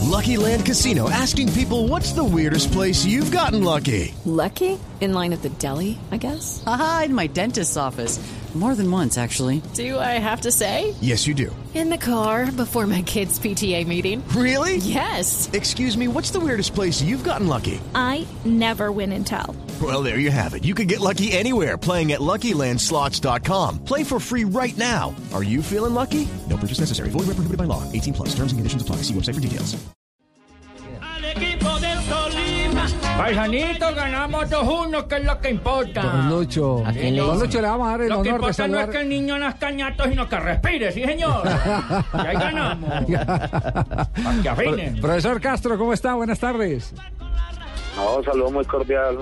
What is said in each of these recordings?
Lucky Land Casino, asking people, what's the weirdest place you've gotten lucky? Lucky? In line at the deli, I guess? Aha, in my dentist's office. More than once, actually. Do I have to say? Yes, you do. In the car before my kids' PTA meeting. Really? Yes. Excuse me, what's the weirdest place you've gotten lucky? I never win and tell. Well, there you have it. You can get lucky anywhere, playing at LuckyLandSlots.com. Play for free right now. Are you feeling lucky? No purchase necessary. Void where prohibited by law. 18 plus. Terms and conditions apply. See website for details. Al equipo del Tolima. Paisanito, ganamos 2-1, que es lo que importa. Don Lucho. ¿A quién le Don hizo? Lucho, le vamos a dar el Lo que honor de importa no es saludar. que el niño nazca ñato, sino que respire, sí, señor. Y ahí ganamos. Para que afinen. Profesor Castro, ¿cómo está? Buenas tardes. No, un saludo muy cordial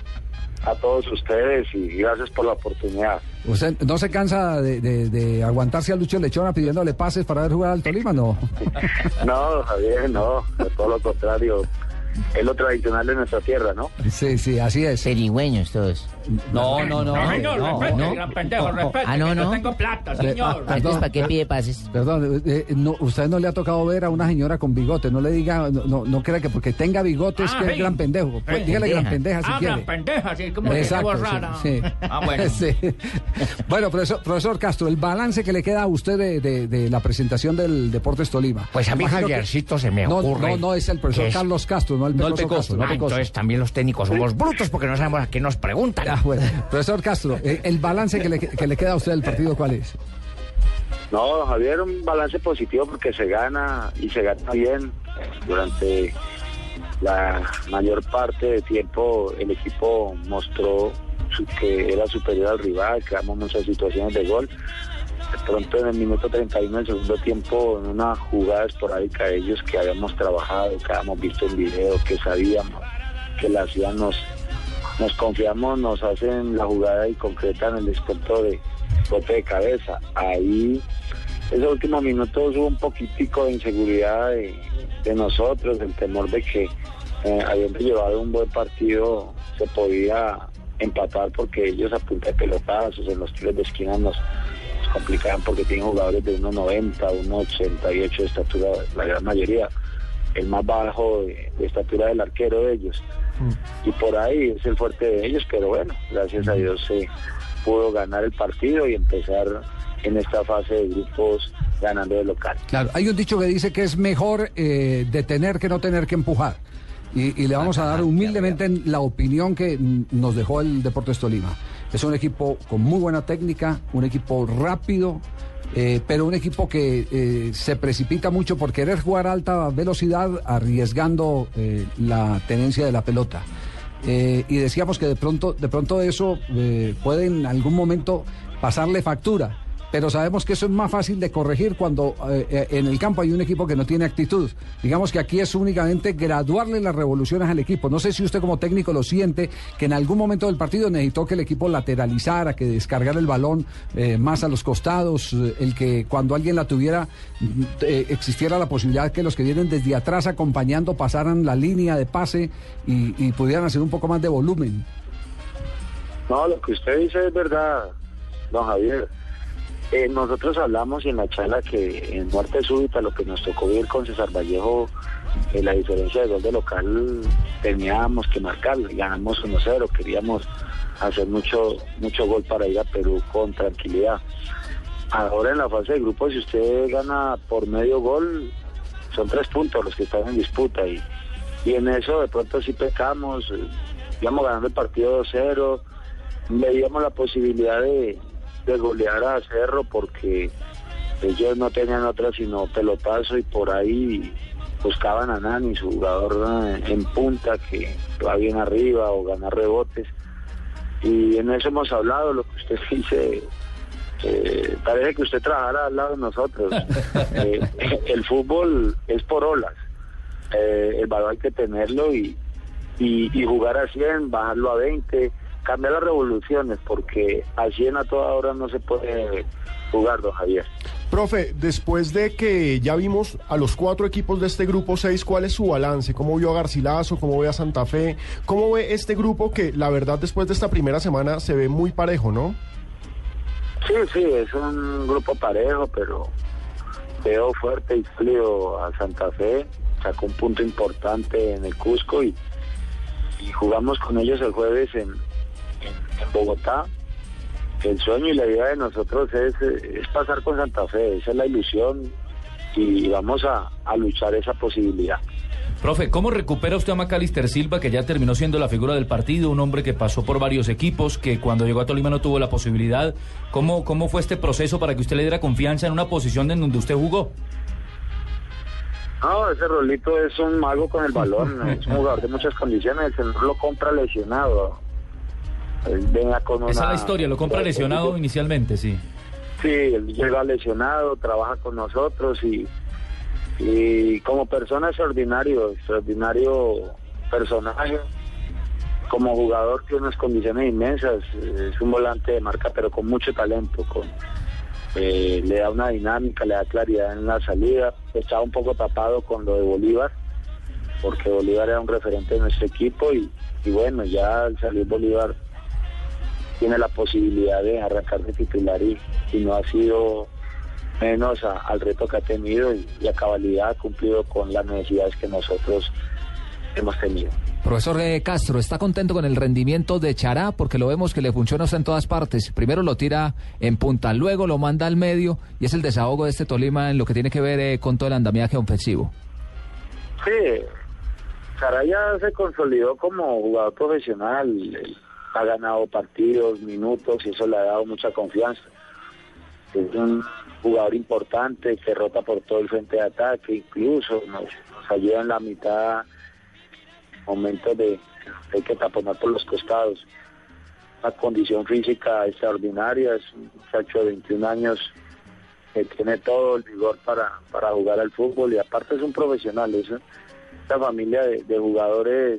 a todos ustedes y gracias por la oportunidad. ¿Usted no se cansa de aguantarse a Lucho Lechona pidiéndole pases para ver jugar al Tolima, no? No, Javier, no, de todo lo contrario. Es lo tradicional de nuestra tierra, ¿no? Sí, sí, así es. Perigüeños todos. No, Señor, respete, gran pendejo, respete. Ah, no, que no. tengo plata, señor. Entonces, ¿para qué pide pases? Perdón, usted no le ha tocado ver a una señora con bigote, no le diga, no crea que porque tenga bigote es que es sí. gran pendejo. Pues, Sí. dígale gran pendeja si quiere. Gran pendeja, sí, como que Exacto, qué rara. sí. Bueno. Sí. Bueno, profesor Castro, el balance que le queda a usted de la presentación del Deportes Tolima. Pues a mí, Imagino que- Javiercito, se me ocurre. No es el profesor que es- Carlos Castro, no el Pecoso Castro. no Pecoso. Entonces también los técnicos somos brutos porque no sabemos a qué nos preguntan. Ah, bueno. Profesor Castro, el balance que le queda a usted del partido, ¿cuál es? No, Javier, un balance positivo porque se gana y se gana bien. Durante la mayor parte del tiempo el equipo mostró que era superior al rival, creamos muchas situaciones de gol. De pronto en el minuto 31 del segundo tiempo, en una jugada esporádica de ellos que habíamos trabajado, que habíamos visto en video, que sabíamos que la hacían, nos confiamos, nos hacen la jugada y concretan el descuento de golpe de cabeza. Ahí, esos últimos minutos hubo un poquitico de inseguridad de nosotros, del temor de que habiendo llevado un buen partido se podía empatar porque ellos a punta de pelotazos en los tiros de esquina nos complicaban porque tienen jugadores de 1.90, 1.88 de estatura, la gran mayoría, el más bajo de estatura del arquero de ellos. Y por ahí es el fuerte de ellos, pero bueno, gracias a Dios se pudo ganar el partido y empezar en esta fase de grupos ganando de local. Claro, hay un dicho que dice que es mejor detener que no tener que empujar. Y le vamos a dar humildemente la opinión que nos dejó el Deportes Tolima. Es un equipo con muy buena técnica, un equipo rápido, pero un equipo que se precipita mucho por querer jugar a alta velocidad, arriesgando la tenencia de la pelota. Y decíamos que de pronto eso puede en algún momento pasarle factura. Pero sabemos que eso es más fácil de corregir cuando en el campo hay un equipo que no tiene actitud. Digamos que aquí es únicamente graduarle las revoluciones al equipo. No sé si usted como técnico lo siente, que en algún momento del partido necesitó que el equipo lateralizara, que descargara el balón más a los costados, el que cuando alguien la tuviera existiera la posibilidad que los que vienen desde atrás acompañando pasaran la línea de pase y pudieran hacer un poco más de volumen. No, lo que usted dice es verdad, don Javier. Nosotros hablamos y en la charla que en muerte súbita lo que nos tocó vivir con César Vallejo, la diferencia de gol de local teníamos que marcarla, ganamos 1-0, queríamos hacer mucho gol para ir a Perú con tranquilidad. Ahora en la fase de grupos, si usted gana por medio gol, son 3 puntos los que están en disputa y en eso de pronto sí pecamos, íbamos ganando el partido 2-0, veíamos la posibilidad de golear a Cerro porque ellos no tenían otra sino pelotazo y por ahí buscaban a Nani, su jugador en punta que va bien arriba o ganar rebotes y en eso hemos hablado. Lo que usted dice, parece que usted trabajara al lado de nosotros. El fútbol es por olas, el balón hay que tenerlo y jugar a 100, bajarlo a 20, cambiar las revoluciones, porque a 100 a toda hora no se puede jugar, don Javier. Profe, después de que ya vimos a los 4 equipos de este grupo 6, ¿cuál es su balance? ¿Cómo vio a Garcilaso? ¿Cómo ve a Santa Fe? ¿Cómo ve este grupo que, la verdad, después de esta primera semana se ve muy parejo, ¿no? Sí, es un grupo parejo, pero veo fuerte y sólido a Santa Fe. sacó un punto importante en el Cusco y jugamos con ellos el jueves en Bogotá. El sueño y la idea de nosotros es pasar con Santa Fe, esa es la ilusión y vamos a luchar esa posibilidad. Profe, ¿cómo recupera usted a Macalister Silva, que ya terminó siendo la figura del partido, un hombre que pasó por varios equipos, que cuando llegó a Tolima no tuvo la posibilidad? ¿Cómo fue este proceso para que usted le diera confianza en una posición en donde usted jugó? No, ese Rolito es un mago con el balón, es un jugador de muchas condiciones, él lo compra lesionado. Él venga con una... Esa es la historia, lo compra lesionado inicialmente, sí. Sí, él llega lesionado, trabaja con nosotros y como persona extraordinario personaje. Como jugador tiene unas condiciones inmensas, es un volante de marca pero con mucho talento, le da una dinámica, le da claridad en la salida. Estaba un poco tapado con lo de Bolívar, porque Bolívar era un referente de nuestro equipo y bueno, ya al salir Bolívar tiene la posibilidad de arrancar de titular y no ha sido menos al reto que ha tenido y a cabalidad ha cumplido con las necesidades que nosotros hemos tenido. Profesor Castro, ¿está contento con el rendimiento de Chará? Porque lo vemos que le funciona en todas partes. Primero lo tira en punta, luego lo manda al medio y es el desahogo de este Tolima en lo que tiene que ver con todo el andamiaje ofensivo. Sí, Chará ya se consolidó como jugador profesional, ha ganado partidos, minutos y eso le ha dado mucha confianza. Es un jugador importante que rota por todo el frente de ataque, incluso nos ayuda en la mitad, momentos de hay que taponar por los costados. Una condición física extraordinaria, es un muchacho de 21 años que tiene todo el vigor para jugar al fútbol y aparte es un profesional. Esta familia de jugadores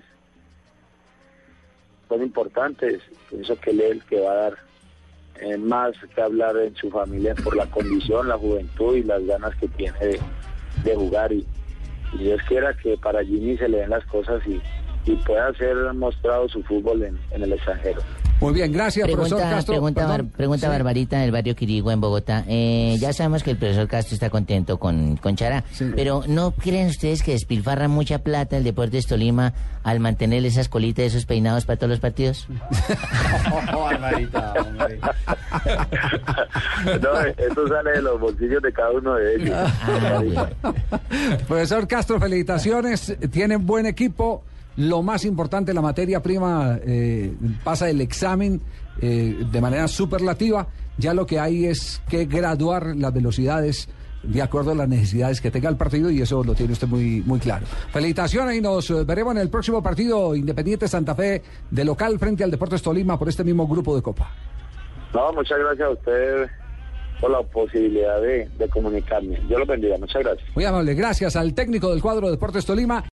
son importantes, pienso que él es el que va a dar más que hablar en su familia por la condición, la juventud y las ganas que tiene de jugar y Dios quiera que para Jimmy se le den las cosas y pueda ser mostrado su fútbol en el extranjero. Muy bien, gracias, profesor Castro. Pregunta sí. Barbarita del barrio Quirigua en Bogotá. Ya sabemos que el profesor Castro está contento con Chará, sí. Pero ¿no creen ustedes que despilfarran mucha plata el Deportes Tolima al mantener esas colitas, esos peinados para todos los partidos? Barbarita, hombre. No, eso sale de los bolsillos de cada uno de ellos. Profesor Castro, felicitaciones, tienen buen equipo. Lo más importante, la materia prima pasa el examen de manera superlativa. Ya lo que hay es que graduar las velocidades de acuerdo a las necesidades que tenga el partido y eso lo tiene usted muy, muy claro. Felicitaciones y nos veremos en el próximo partido Independiente Santa Fe de local frente al Deportes Tolima por este mismo grupo de Copa. No, muchas gracias a usted por la posibilidad de comunicarme. Dios lo bendiga, muchas gracias. Muy amable, gracias al técnico del cuadro Deportes Tolima.